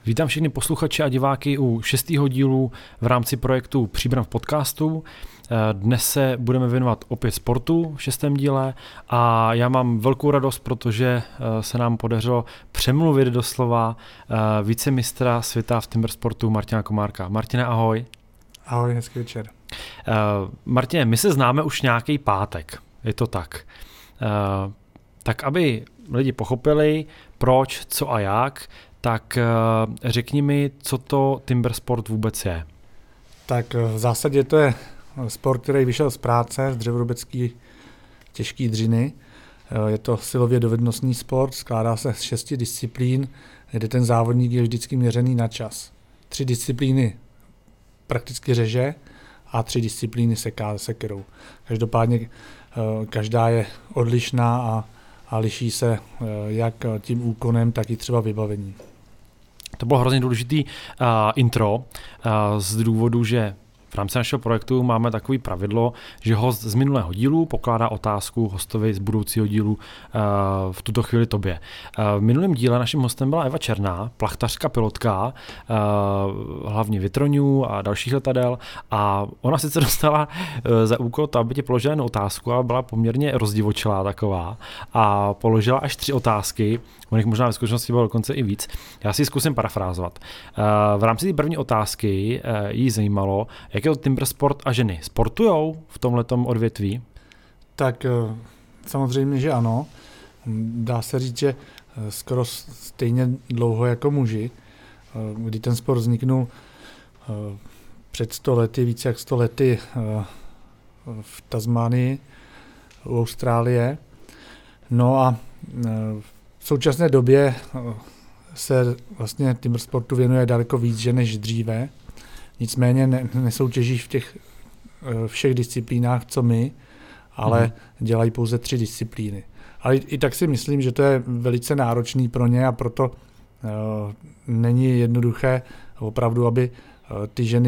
Vítám všechny posluchače a diváky u 6. dílu v rámci projektu Příbram v podcastu. Dnes se budeme věnovat opět sportu v 6. díle a já mám velkou radost, protože se nám podařilo přemluvit doslova vicemistra světa v timbersportu Martina Komárka. Martine, ahoj. Ahoj, hezký večer. Martine, my se známe už nějaký pátek, je to tak. Tak aby lidi pochopili proč, co a jak, tak řekni mi, co to timbersport vůbec je. Tak v zásadě to je sport, který vyšel z práce, z dřevorubecký těžký dřiny. Je to silově dovednostní sport, skládá se z 6 disciplín, kde ten závodník je vždycky měřený na čas. 3 disciplíny prakticky řeže a 3 disciplíny seká sekerou. Každopádně každá je odlišná a liší se jak tím úkonem, tak i třeba vybavením. To bylo hrozně důležitý intro z důvodu, že v rámci našeho projektu máme takový pravidlo, že host z minulého dílu pokládá otázku hostovi z budoucího dílu v tuto chvíli tobě. V minulém díle naším hostem byla Eva Černá, plachtařka, pilotka, hlavně větroňů a dalších letadel, a ona sice dostala za úkol to, aby ti položila jednu otázku, a byla poměrně rozdivočilá taková a položila až 3 otázky. O nich možná ve skutečnosti bylo dokonce i víc. Já si zkusím parafrázovat. V rámci té první otázky jí zajímalo, jak je to timbersport a ženy. Sportujou v tomhletom odvětví? Tak samozřejmě, že ano. Dá se říct, že skoro stejně dlouho jako muži, kdy ten sport vzniknul před 100 lety, více jak 100 lety v Tasmánii, u Austrálie. No a v současné době se vlastně timbersportu věnuje daleko víc žen než dříve. Nicméně nesoutěží v těch všech disciplínách, co my, ale dělají pouze 3 disciplíny. Ale i tak si myslím, že to je velice náročný pro ně a proto není jednoduché opravdu, aby ty ženy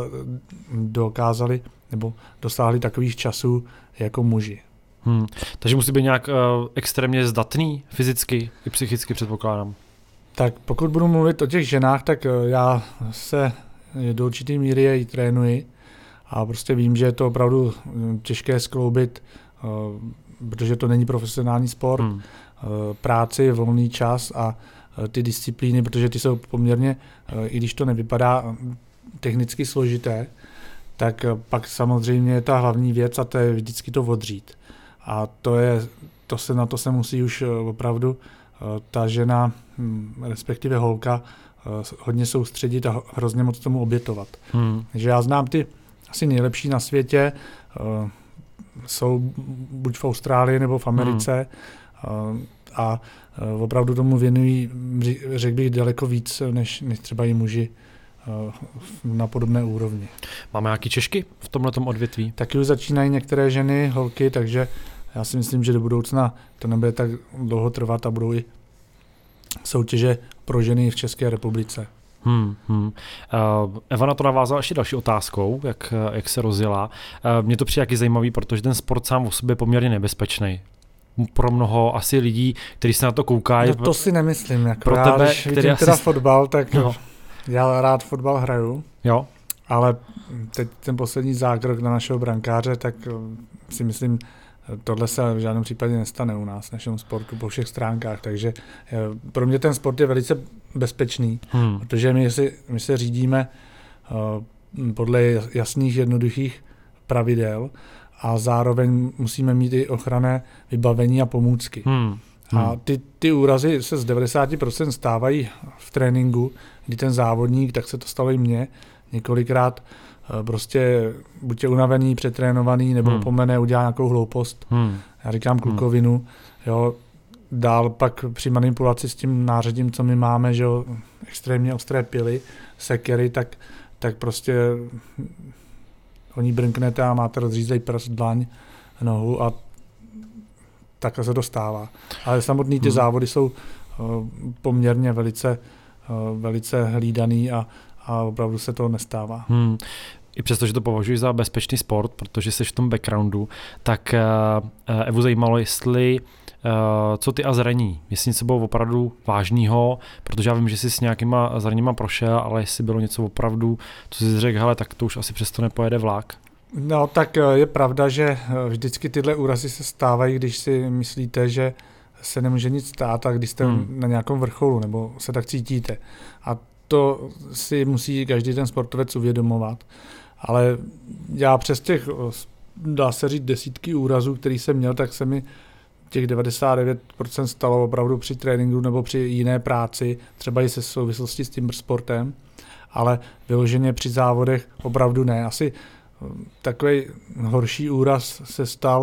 dokázaly nebo dosáhly takových časů jako muži. Takže musí být nějak extrémně zdatný fyzicky i psychicky, předpokládám. Tak pokud budu mluvit o těch ženách, tak já se do určitý míry jej trénuji a prostě vím, že je to opravdu těžké skloubit, protože to není profesionální sport, práci, volný čas a ty disciplíny, protože ty jsou poměrně, i když to nevypadá technicky složité, tak pak samozřejmě je ta hlavní věc a to je vždycky to odřít. A na to se musí už opravdu ta žena, respektive holka, hodně soustředit a hrozně moc tomu obětovat. Takže já znám ty asi nejlepší na světě, jsou buď v Austrálii nebo v Americe a opravdu tomu věnují, řekl bych, daleko víc, než třeba i muži na podobné úrovni. Máme nějaký Češky v tomhletom odvětví? Taky už začínají některé ženy, holky, takže já si myslím, že do budoucna to nebude tak dlouho trvat a budou i soutěže pro ženy v České republice. Eva na to navázala ještě další otázkou, jak se rozjela. Mně to přijde taky zajímavý, protože ten sport sám o sobě je poměrně nebezpečný. Pro mnoho asi lidí, kteří se na to koukají. No to si nemyslím. Jako pro já, tebe, když vidím teda fotbal, tak já rád fotbal hraju. Jo. Ale teď ten poslední zákrok na našeho brankáře, tak si myslím, tohle se v žádném případě nestane u nás, v našem sportu, po všech stránkách. Takže pro mě ten sport je velice bezpečný, protože my se řídíme podle jasných, jednoduchých pravidel a zároveň musíme mít i ochranné vybavení a pomůcky. A ty úrazy se z 90% stávají v tréninku, kdy ten závodník, tak se to stalo i mně, několikrát prostě buď je unavený, přetrénovaný, nebo pomene, udělá nějakou hloupost. Já říkám klukovinu. Jo. Dál pak při manipulaci s tím nářadím, co my máme, že jo, extrémně ostré pily, sekery, tak prostě oni brnknete a máte rozřízlej prst, dlaň, nohu a takhle se dostává. Ale samotný ty závody jsou poměrně velice hlídaný a opravdu se to nestává. i přesto, že to považuji za bezpečný sport, protože jsi v tom backgroundu, tak Evu zajímalo, jestli co ty a zranění, jestli něco bylo opravdu vážného, protože já vím, že jsi s nějakýma zraněníma prošel, ale jestli bylo něco opravdu, co jsi řekl, hele, tak to už asi přesto nepojede vlak. No tak je pravda, že vždycky tyhle úrazy se stávají, když si myslíte, že se nemůže nic stát a když jste na nějakém vrcholu, nebo se tak cítíte. A to si musí každý ten sportovec uvědomovat. Ale já přes těch, dá se říct, desítky úrazů, který jsem měl, tak se mi těch 99% stalo opravdu při tréninku nebo při jiné práci, třeba i se souvislosti s tím sportem, ale vyloženě při závodech opravdu ne. Asi takový horší úraz se stal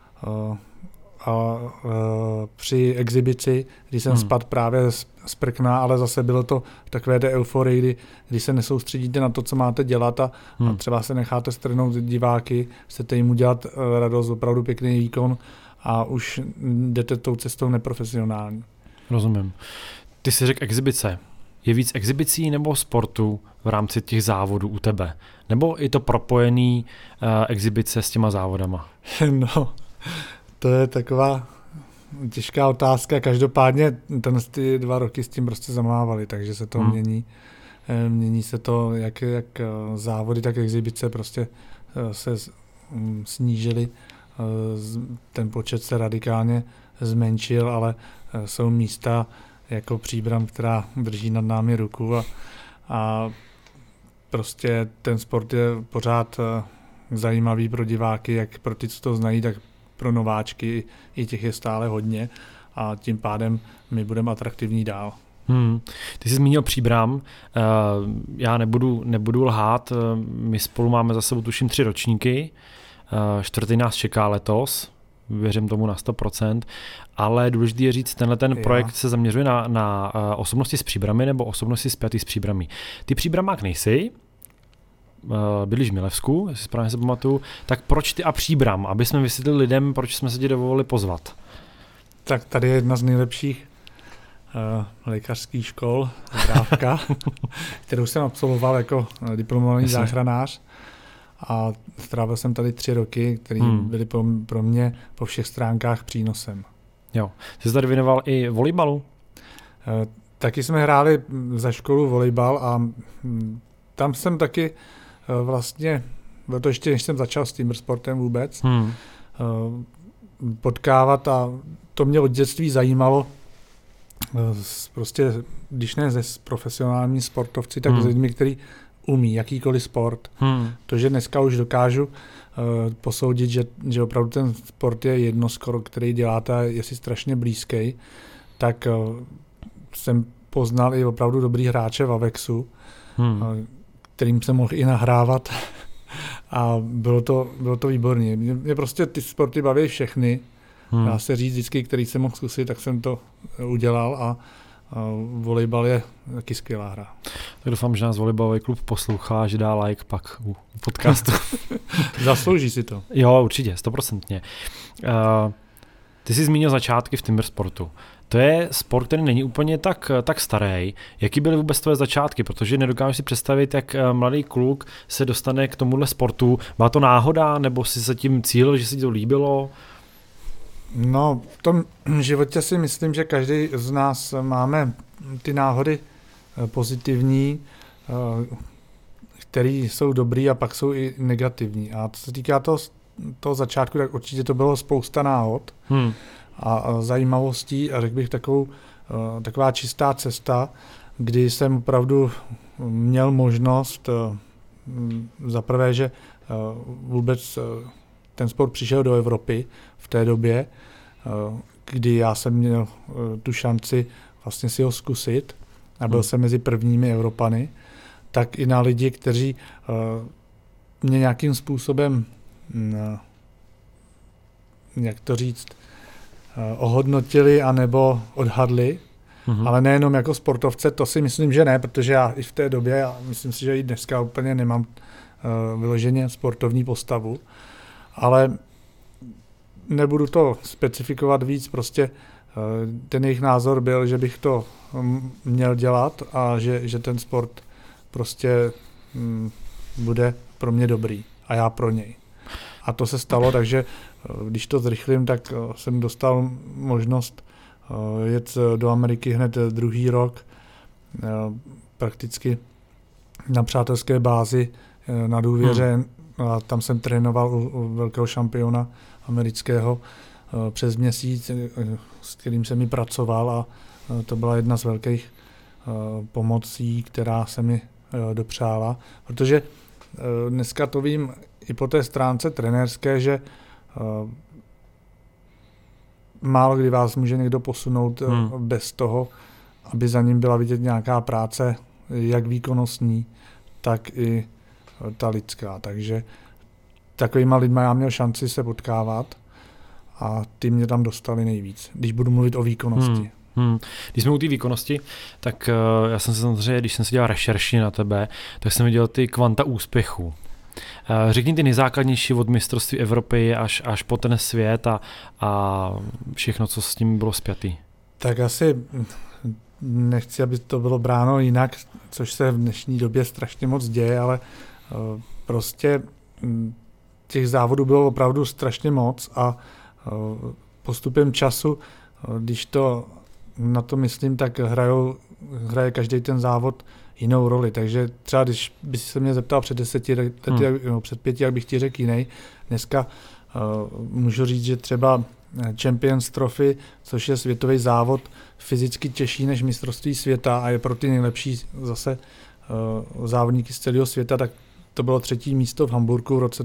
při exibici, kdy jsem spadl právě z prkna, ale zase bylo to v takové té euforii, kdy se nesoustředíte na to, co máte dělat a třeba se necháte strhnout diváky, chcete jim udělat radost, opravdu pěkný výkon a už jdete tou cestou neprofesionální. Rozumím. Ty jsi řekl exibice. Je víc exibicí nebo sportu v rámci těch závodů u tebe? Nebo je to propojený exibice s těma závodama? No, to je taková těžká otázka. Každopádně ty 2 roky s tím prostě zamávali, takže se to mění. Mění se to, jak závody, tak exibice prostě se snížily. Ten počet se radikálně zmenšil, ale jsou místa jako Příbram, která drží nad námi ruku a prostě ten sport je pořád zajímavý pro diváky, jak pro ty, co to znají, tak pro nováčky, i těch je stále hodně a tím pádem my budeme atraktivní dál. Ty jsi zmínil Příbram, já nebudu lhát, my spolu máme za sebou tuším 3 ročníky, 4. nás čeká letos, věřím tomu na 100%, ale důležité je říct, tenhle projekt se zaměřuje na osobnosti s Příbramy nebo osobnosti spjatý s Příbramí. Ty Příbramák nejsi, bydlíš v Milevsku, jestli správně se pamatuju, tak proč ty a Příbram, aby jsme vysvětlili lidem, proč jsme se tě dovolili pozvat? Tak tady je jedna z nejlepších lékařských škol, Dávka, kterou jsem absolvoval jako diplomovaný záchranář a strávil jsem tady 3 roky, které byly pro mě po všech stránkách přínosem. Jo. Jsi tady věnoval i volejbalu? Taky jsme hráli za školu volejbal a tam jsem taky vlastně, bylo to ještě než jsem začal s tím sportem vůbec, potkávat a to mě od dětství zajímalo, prostě když ne se profesionálními sportovci, tak s lidmi, kteří umí jakýkoliv sport. To, že dneska už dokážu posoudit, že opravdu ten sport je jedno skoro, který děláte, je si strašně blízký, tak jsem poznal i opravdu dobrý hráče v Avexu, kterým jsem mohl i nahrávat a bylo to výborné. Mě prostě ty sporty baví všechny. Dá se říct vždycky, který jsem mohl zkusit, tak jsem to udělal a volejbal je taky skvělá hra. Tak doufám, že nás volejbalový klub poslouchá, že dá like pak u podcastu. Zaslouží si to. Jo, určitě, 100%. Ty jsi zmínil začátky v Timbersportu. To je sport, který není úplně tak starý. Jaký byly vůbec tvoje začátky? Protože nedokážu si představit, jak mladý kluk se dostane k tomuhle sportu. Byla to náhoda, nebo jsi se tím cílil, že se ti to líbilo? No, v tom životě si myslím, že každý z nás máme ty náhody pozitivní, které jsou dobrý a pak jsou i negativní. A co se týká toho začátku, tak určitě to bylo spousta náhod a zajímavostí a řekl bych taková čistá cesta, kdy jsem opravdu měl možnost za prvé, že vůbec ten sport přišel do Evropy v té době, kdy já jsem měl tu šanci vlastně si ho zkusit a byl jsem mezi prvními Evropany, tak i na lidi, kteří mě nějakým způsobem, jak to říct, ohodnotili anebo odhadli, ale nejenom jako sportovce, to si myslím, že ne, protože já i v té době, a myslím si, že i dneska úplně nemám vyloženě sportovní postavu, ale nebudu to specifikovat víc, prostě ten jejich názor byl, že bych to měl dělat a že ten sport prostě bude pro mě dobrý a já pro něj. A to se stalo, takže když to zrychlím, tak jsem dostal možnost jet do Ameriky hned druhý rok, prakticky na přátelské bázi, na důvěře. A tam jsem trénoval u velkého šampiona amerického přes měsíc, s kterým jsem mi pracoval, a to byla jedna z velkých pomocí, která se mi dopřála, protože dneska to vím i po té stránce trenérské, že málo kdy vás může někdo posunout bez toho, aby za ním byla vidět nějaká práce, jak výkonnostní, tak i ta lidská. Takže takovýma lidma já měl šanci se potkávat a ty mě tam dostali nejvíc, když budu mluvit o výkonnosti. Když jsme u té výkonnosti, tak já jsem se samozřejmě, když jsem si dělal rešerši na tebe, tak jsem viděl ty kvanta úspěchů. Řekni ty nejzákladnější od mistrovství Evropy až po ten svět a všechno, co s tím bylo spjatý. Tak asi nechci, aby to bylo bráno jinak, což se v dnešní době strašně moc děje, ale prostě těch závodů bylo opravdu strašně moc a postupem času, když to na to myslím, tak hraje každý ten závod jinou roli. Takže třeba když by se mě zeptal před 10 lety, před 5, jak bych ti řekl jiný, dneska můžu říct, že třeba Champions Trophy, což je světový závod, fyzicky těžší než mistrovství světa a je pro ty nejlepší zase závodníky z celého světa, tak to bylo 3. místo v Hamburku v roce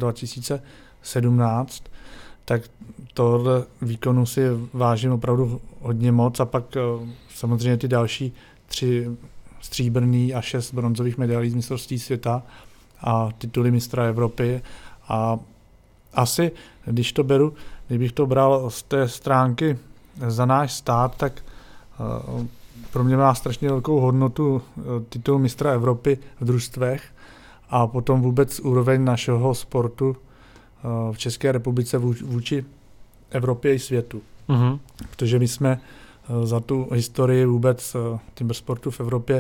2017. Tak tohle výkonu si vážím opravdu hodně moc a pak samozřejmě ty další 3 stříbrný a 6 bronzových medailí z mistrovství světa a tituly mistra Evropy. A asi, kdybych to bral z té stránky za náš stát, tak pro mě má strašně velkou hodnotu titul mistra Evropy v družstvech a potom vůbec úroveň našeho sportu v České republice vůči Evropě i světu. Protože my jsme za tu historii vůbec timbersportu v Evropě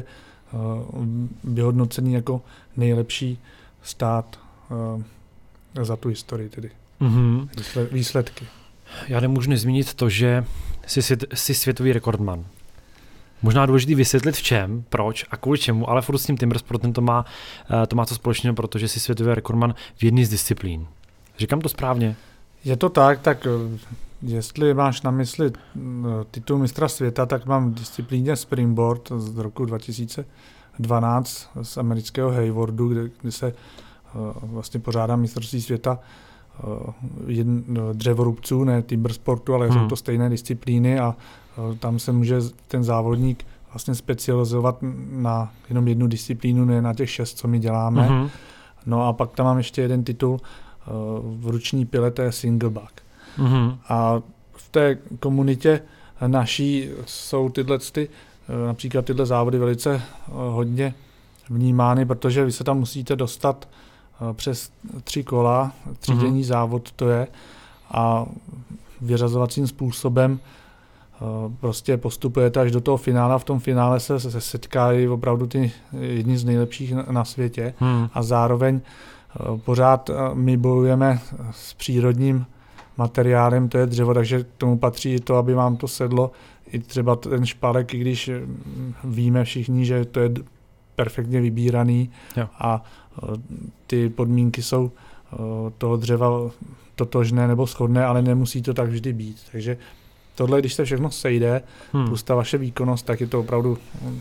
vyhodnocení jako nejlepší stát za tu historii tedy. Výsledky. Já nemůžu nezmínit to, že jsi světový rekordman. Možná důležitý vysvětlit v čem, proč a kvůli čemu, ale furt s tím timbersportem to má co společného, protože jsi světový rekordman v jedné z disciplín. Říkám to správně? Je to tak jestli máš na mysli titul mistra světa, tak mám v disciplíně springboard z roku 2012 z amerického Haywardu, kde se vlastně pořádá mistrovství světa dřevorubců, ne timbersportu, ale jsou to stejné disciplíny a tam se může ten závodník vlastně specializovat na jenom jednu disciplínu, ne na těch 6, co my děláme. No a pak tam mám ještě jeden titul v ruční pile, to je singleback. A v té komunitě naší jsou například tyhle závody velice hodně vnímány, protože vy se tam musíte dostat přes 3 kola, 3denní závod to je a vyřazovacím způsobem prostě postupujete až do toho finále a v tom finále se setkají opravdu ty jedni z nejlepších na světě a zároveň pořád my bojujeme s přírodním materiálem, to je dřevo, takže k tomu patří to, aby vám to sedlo, i třeba ten špalek, i když víme všichni, že to je perfektně vybíraný a ty podmínky jsou toho dřeva totožné nebo shodné, ale nemusí to tak vždy být. Takže tohle, když se všechno sejde, plus ta vaše výkonnost, tak je to opravdu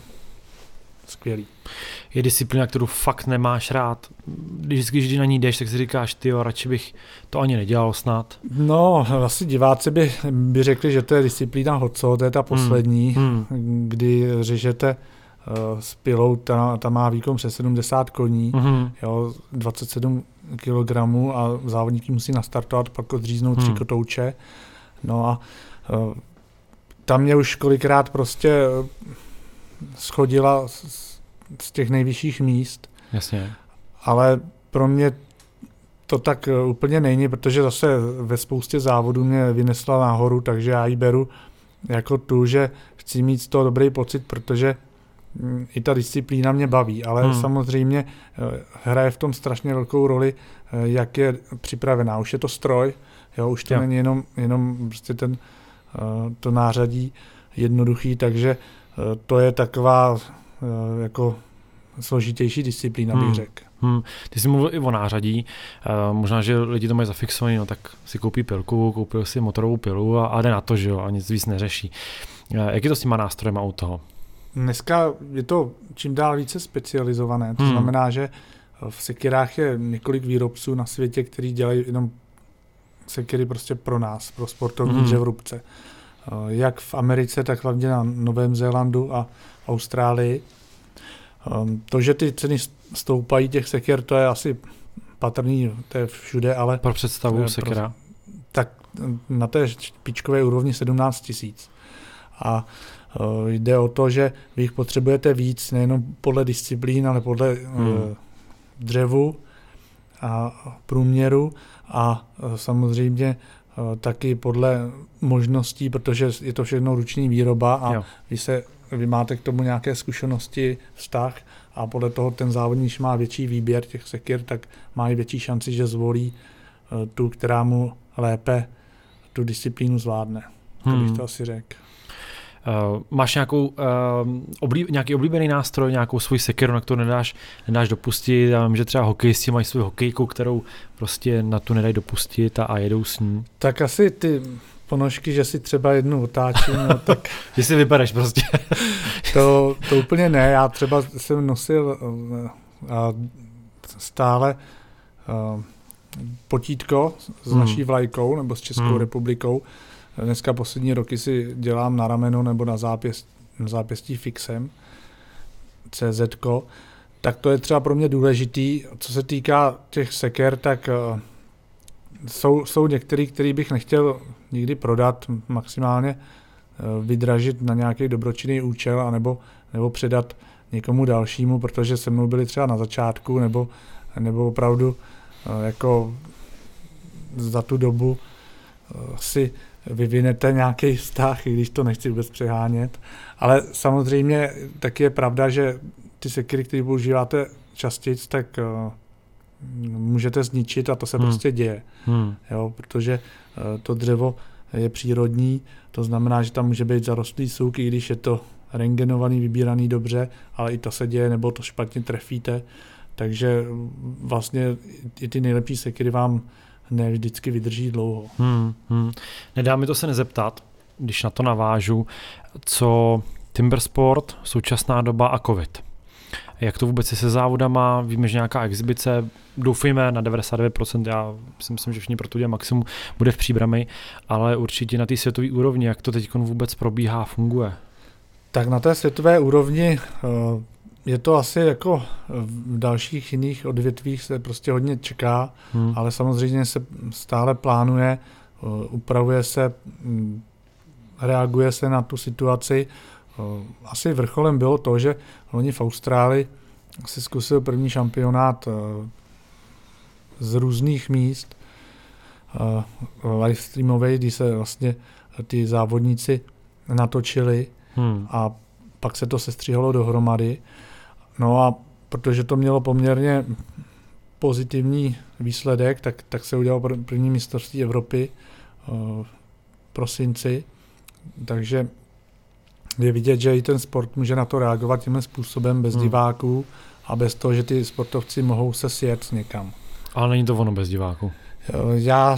skvělý. Je disciplína, kterou fakt nemáš rád. Když na ní jdeš, tak si říkáš, tyjo, radši bych to ani nedělal snad. No, asi diváci by řekli, že to je disciplína hoco, to je ta poslední, kdy řežete s pilou, ta má výkon přes 70 koní, 27 kg a závodníky musí nastartovat, pak odříznout 3 kotouče. No a tam mě už kolikrát prostě schodila z těch nejvyšších míst. Jasně. Ale pro mě to tak úplně není, protože zase ve spoustě závodů mě vynesla nahoru, takže já ji beru jako tu, že chci mít z toho dobrý pocit, protože i ta disciplína mě baví, ale samozřejmě hraje v tom strašně velkou roli, jak je připravená. Už je to stroj, jo, už to není jenom prostě to nářadí jednoduchý, takže to je taková jako složitější disciplína, bych řekl. Ty jsi mluvil i o nářadí, možná, že lidi to mají zafixovaný, no tak si koupí pilku, koupil si motorovou pilu a jde na to, že jo, a nic víc neřeší. Jak je to s těma nástrojema u toho? Dneska je to čím dál více specializované, to znamená, že v sekirách je několik výrobců na světě, kteří dělají jenom sekiry prostě pro nás, pro sportovní dřevorubce. Jak v Americe, tak hlavně na Novém Zélandu a Austrálii. To, že ty ceny stoupají těch sekir, to je asi patrný, to je všude, ale... Pro představu sekira? Tak na té špičkové úrovni 17 000. A jde o to, že vy jich potřebujete víc, nejenom podle disciplín, ale podle dřevu a průměru a samozřejmě taky podle možností, protože je to všechno ruční výroba a vy máte k tomu nějaké zkušenosti, vztah a podle toho ten závodník, když má větší výběr těch sekir, tak má i větší šanci, že zvolí tu, která mu lépe tu disciplínu zvládne. To bych to asi řekl. Máš nějaký oblíbený nástroj, nějakou svůj sekiru, na kterou nedáš dopustit? Já vím, že třeba hokejisti mají svou hokejku, kterou prostě na tu nedají dopustit a jedou s ní. Tak asi ty ponožky, že si třeba jednu otáčím, no tak... Že si vybereš prostě. To úplně ne, já třeba jsem nosil stále potítko s naší vlajkou nebo s Českou republikou. Dneska poslední roky si dělám na rameno nebo na zápěstí fixem, CZ-ko, tak to je třeba pro mě důležitý. Co se týká těch seker, tak jsou některý, který bych nechtěl nikdy prodat, maximálně vydražit na nějaký dobročinný účel anebo předat někomu dalšímu, protože se mnou byli třeba na začátku nebo opravdu jako za tu dobu si vyvinete nějaký vztah, i když to nechci vůbec přehánět. Ale samozřejmě taky je pravda, že ty sekiry, které používáte častěji, tak můžete zničit a to se prostě děje. Jo, protože to dřevo je přírodní, to znamená, že tam může být zarostlý suk, i když je to rentgenovaný, vybíraný dobře, ale i to se děje, nebo to špatně trefíte. Takže vlastně i ty nejlepší sekiry vám ne vždycky vydrží dlouho. Nedá mi to se nezeptat, když na to navážu, co Timbersport, současná doba a covid. Jak to vůbec je se závodama? Víme, že nějaká exibice, doufejme na 99%, já si myslím, že všichni pro to dělají maximum, bude v Příbrami, ale určitě na té světové úrovni, jak to teď vůbec probíhá a funguje? Tak na té světové úrovni je to asi jako v dalších jiných odvětvích se prostě hodně čeká, ale samozřejmě se stále plánuje, upravuje se, reaguje se na tu situaci. Asi vrcholem bylo to, že loni v Austrálii si zkusil první šampionát z různých míst livestreamovej, kdy se vlastně ty závodníci natočili a pak se to sestříhalo dohromady. No a protože to mělo poměrně pozitivní výsledek, tak se udělalo první mistrovství Evropy v prosinci. Takže je vidět, že i ten sport může na to reagovat tímhle způsobem bez diváků a bez toho, že ty sportovci mohou se sjet někam. Ale není to ono bez diváků. Já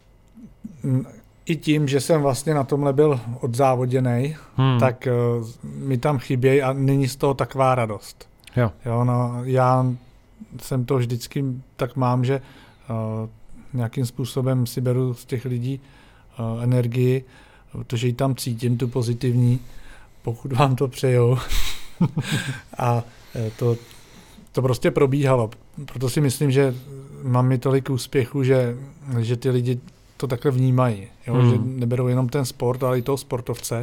i tím, že jsem vlastně na tomhle byl odzávoděnej, tak mi tam chybějí a není z toho taková radost. Jo, no, já jsem to vždycky tak mám, že nějakým způsobem si beru z těch lidí energii, protože ji tam cítím, tu pozitivní, pokud vám to přejou. A to prostě probíhalo. Proto si myslím, že mám mi tolik úspěchu, že ty lidi to takhle vnímají. Jo? Že neberou jenom ten sport, ale i toho sportovce.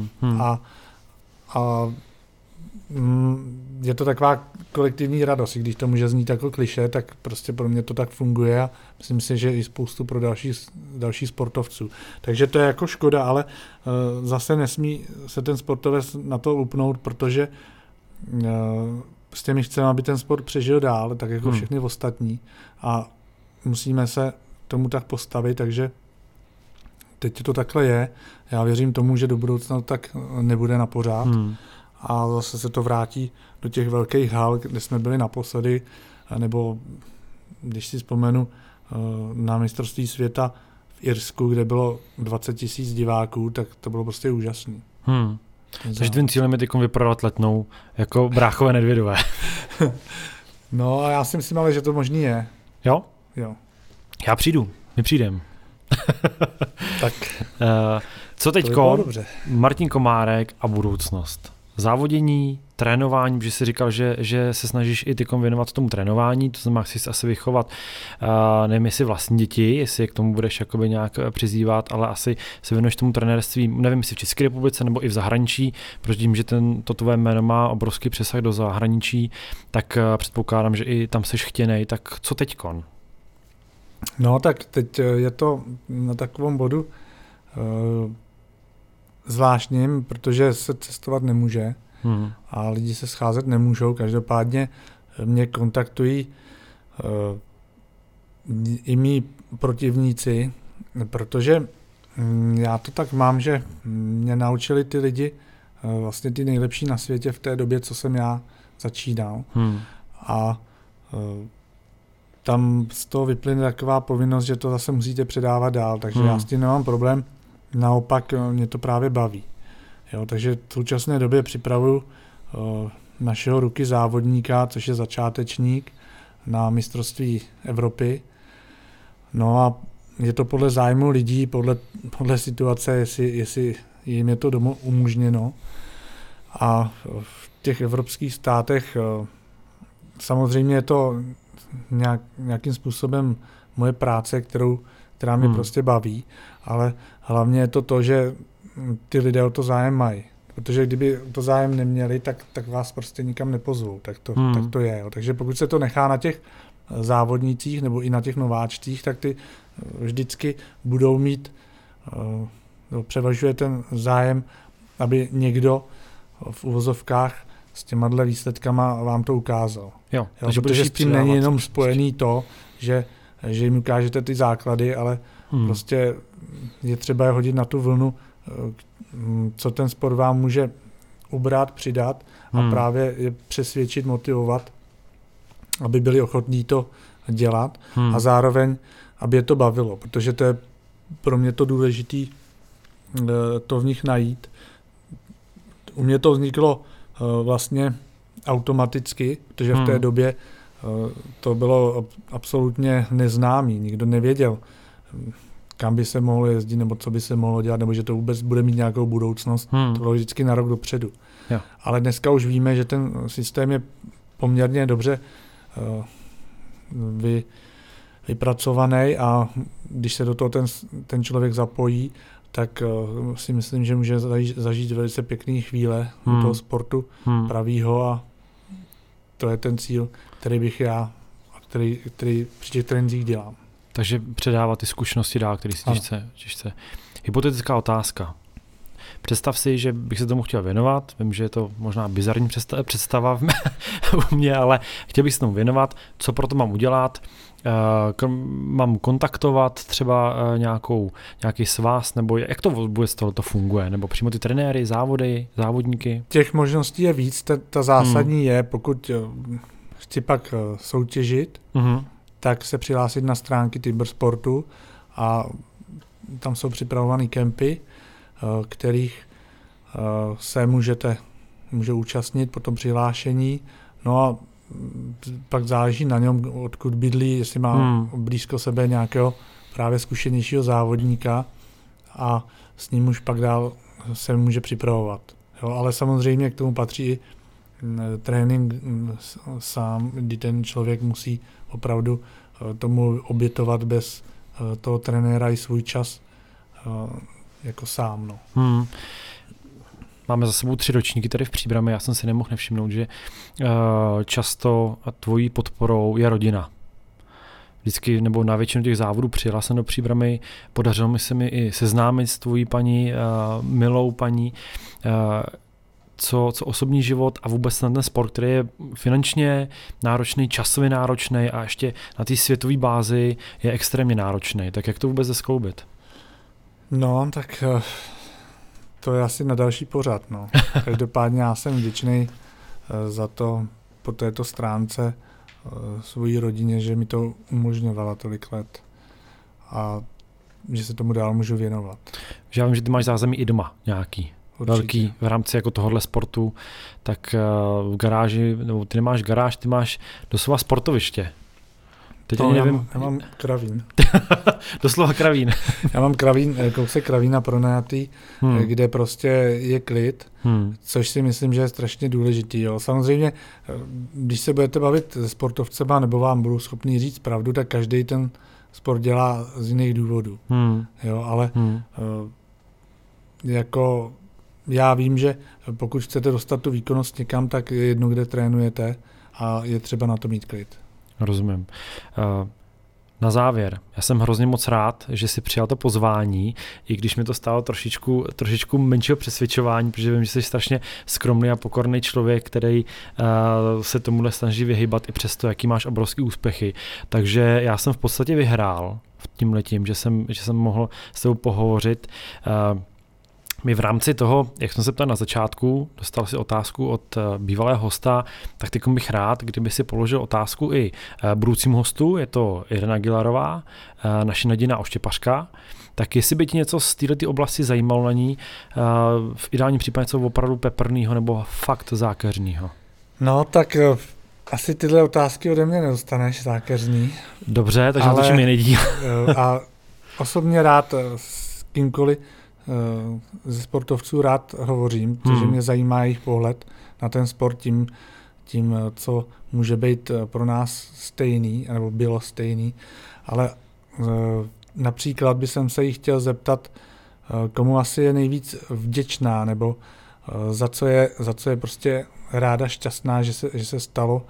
A je to taková kolektivní radost. I když to může znít jako klišé, tak prostě pro mě to tak funguje a myslím si, že i spoustu pro další sportovců. Takže to je jako škoda, ale zase nesmí se ten sportovec na to upnout, protože prostě my chceme, aby ten sport přežil dál, tak jako všechny ostatní a musíme se tomu tak postavit, takže teď to takhle je. Já věřím tomu, že do budoucna tak nebude na pořád a zase se to vrátí do těch velkých hal, kde jsme byli naposledy, nebo když si vzpomenu na mistrovství světa v Irsku, kde bylo 20 000 diváků, tak to bylo prostě úžasný. Takže tvým cílem je teď vyprodat Letnou jako bráchové Nedvědové. No a já si myslím ale, že to možný je. Jo? Jo. Já přijdu, my přijdem. Tak. Co teďko? Martin Komárek a budoucnost. Závodění, trénování, protože jsi říkal, že se snažíš i tykom věnovat tomu trénování, to znamená, chci asi vychovat, nevím, jestli vlastní děti, jestli je k tomu budeš jakoby nějak přizývat, ale asi se věnuješ tomu trenérství, nevím, jestli v České republice nebo i v zahraničí, protože tím, že to tvoje jméno má obrovský přesah do zahraničí, tak předpokládám, že i tam seš chtěnej, tak co teďkon? No tak teď je to na takovém bodu zvláštním, protože se cestovat nemůže a lidi se scházet nemůžou. Každopádně mě kontaktují i mý protivníci, protože já to tak mám, že mě naučili ty lidi vlastně ty nejlepší na světě v té době, co jsem já začínal. A tam z toho vyplyne taková povinnost, že to zase musíte předávat dál, takže já s tím nemám problém, naopak mě to právě baví. Jo, takže v současné době připravuju našeho rookie závodníka, což je začátečník na mistrovství Evropy. No a je to podle zájmu lidí, podle situace, jestli jim je to doma umožněno. A v těch evropských státech samozřejmě je to nějakým způsobem moje práce, která mě prostě baví, ale hlavně je to, že ty lidé o to zájem mají. Protože kdyby to zájem neměli, tak vás prostě nikam nepozvou. Tak to je. Jo. Takže pokud se to nechá na těch závodnících nebo i na těch nováčcích, tak ty vždycky budou mít, převažuje ten zájem, aby někdo v uvozovkách s těma výsledkama vám to ukázal. Jo, protože s tím není jenom spojený to, že jim ukážete ty základy, ale prostě je třeba je hodit na tu vlnu, co ten sport vám může ubrat, přidat a právě je přesvědčit, motivovat, aby byli ochotní to dělat a zároveň, aby je to bavilo, protože to je pro mě to důležité to v nich najít. U mě to vzniklo vlastně automaticky, protože v té době to bylo absolutně neznámý, nikdo nevěděl, kam by se mohlo jezdit, nebo co by se mohlo dělat, nebo že to vůbec bude mít nějakou budoucnost. To bylo vždycky na rok dopředu. Jo. Ale dneska už víme, že ten systém je poměrně dobře vypracovaný a když se do toho ten člověk zapojí, tak si myslím, že může zažít velice pěkné chvíle do toho sportu pravýho a to je ten cíl, který bych já, který při těch trénincích dělám. Takže předávat ty zkušenosti dál, který si těžce. Hypotetická otázka. Představ si, že bych se tomu chtěl věnovat. Vím, že je to možná bizarní představa u mě, ale chtěl bych se tomu věnovat. Co pro to mám udělat? Mám kontaktovat třeba nějaký svaz, nebo jak to vůbec tohleto funguje? Nebo přímo ty trenéry, závody, závodníky? Těch možností je víc. Ta zásadní je, pokud chci pak soutěžit, tak se přihlásit na stránky Timbersportu a tam jsou připravované kempy, kterých se může účastnit po tom přihlášení. No a pak záleží na něm, odkud bydlí, jestli má blízko sebe nějakého právě zkušenějšího závodníka a s ním už pak dál se může připravovat. Jo, ale samozřejmě k tomu patří i trénink sám, kdy ten člověk musí opravdu tomu obětovat bez toho trenéra i svůj čas jako sám. No. Máme za sebou 3 ročníky tady v Příbrami, já jsem si nemohl nevšimnout, že často tvojí podporou je rodina. Vždycky, nebo na většinu těch závodů přijela jsem do Příbramy, podařilo mi se mi i seznámit s tvojí paní, milou paní. co osobní život a vůbec na ten sport, který je finančně náročný, časově náročný a ještě na té světové bázi je extrémně náročný. Tak jak to vůbec jde skloubit? No, tak to je asi na další pořad. No. Každopádně já jsem vděčný za to po této stránce svojí rodině, že mi to umožňovala tolik let a že se tomu dál můžu věnovat. Že já vím, že ty máš zázemí i doma nějaký. Určitě. Velký v rámci jako tohohle sportu, tak v garáži, nebo ty nemáš garáž, ty máš doslova sportoviště. Teď no, nevím. Já mám kravín. Doslova kravín. Já mám kousek kravína pronajatý, kde prostě je klid, což si myslím, že je strašně důležitý. Jo. Samozřejmě, když se budete bavit se sportovcema, nebo vám budou schopni říct pravdu, tak každý ten sport dělá z jiných důvodů. Jo, ale jako já vím, že pokud chcete dostat tu výkonnost někam, tak je jedno, kde trénujete a je třeba na to mít klid. Rozumím. Na závěr, já jsem hrozně moc rád, že jsi přijal to pozvání, i když mi to stálo trošičku menšího přesvědčování, protože vím, že jsi strašně skromný a pokorný člověk, který se tomuhle snaží vyhýbat i přesto, jaký máš obrovský úspěchy. Takže já jsem v podstatě vyhrál tímhletím, že jsem mohl s tebou pohovořit. My v rámci toho, jak jsem se ptal na začátku, dostal si otázku od bývalého hosta, tak teď bych rád, kdyby si položil otázku i budoucímu hostu, je to Irena Gilarová, naše Nadějná oštěpařka, tak jestli by ti něco z této oblasti zajímalo na ní, v ideálním případě něco opravdu peprnýho nebo fakt zákeřnýho. No tak asi tyhle otázky ode mě nedostaneš zákeřný. Dobře, takže natočím jiný díl. A osobně rád s kýmkoliv ze sportovců rád hovořím, protože mě zajímá jejich pohled na ten sport tím, co může být pro nás stejný, nebo bylo stejný, ale například bych se jí chtěl zeptat, komu asi je nejvíc vděčná, nebo za co je prostě ráda šťastná, že se stalo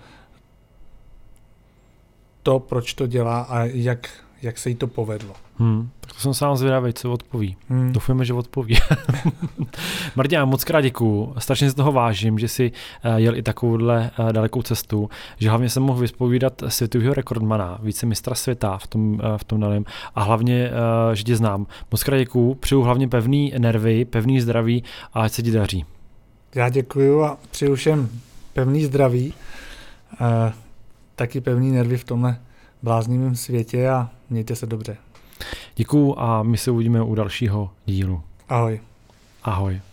to, proč to dělá a jak se jí to povedlo. Tak to jsem sám zvědavý, co odpoví. Doufujeme, že odpoví. Martina, moc krát děkuju. Strašně z toho vážím, že jsi jel i takovouhle dalekou cestu, že hlavně jsem mohl vyspovídat světového rekordmana, vícemistra světa v tom daném a hlavně, že tě znám. Moc krát děkuju, přeju hlavně pevný nervy, pevný zdraví a ať se ti daří. Já děkuju a přeju všem pevný zdraví, taky pevný nervy v tomhle bláznivém světě a mějte se dobře. Děkuju a my se uvidíme u dalšího dílu. Ahoj. Ahoj.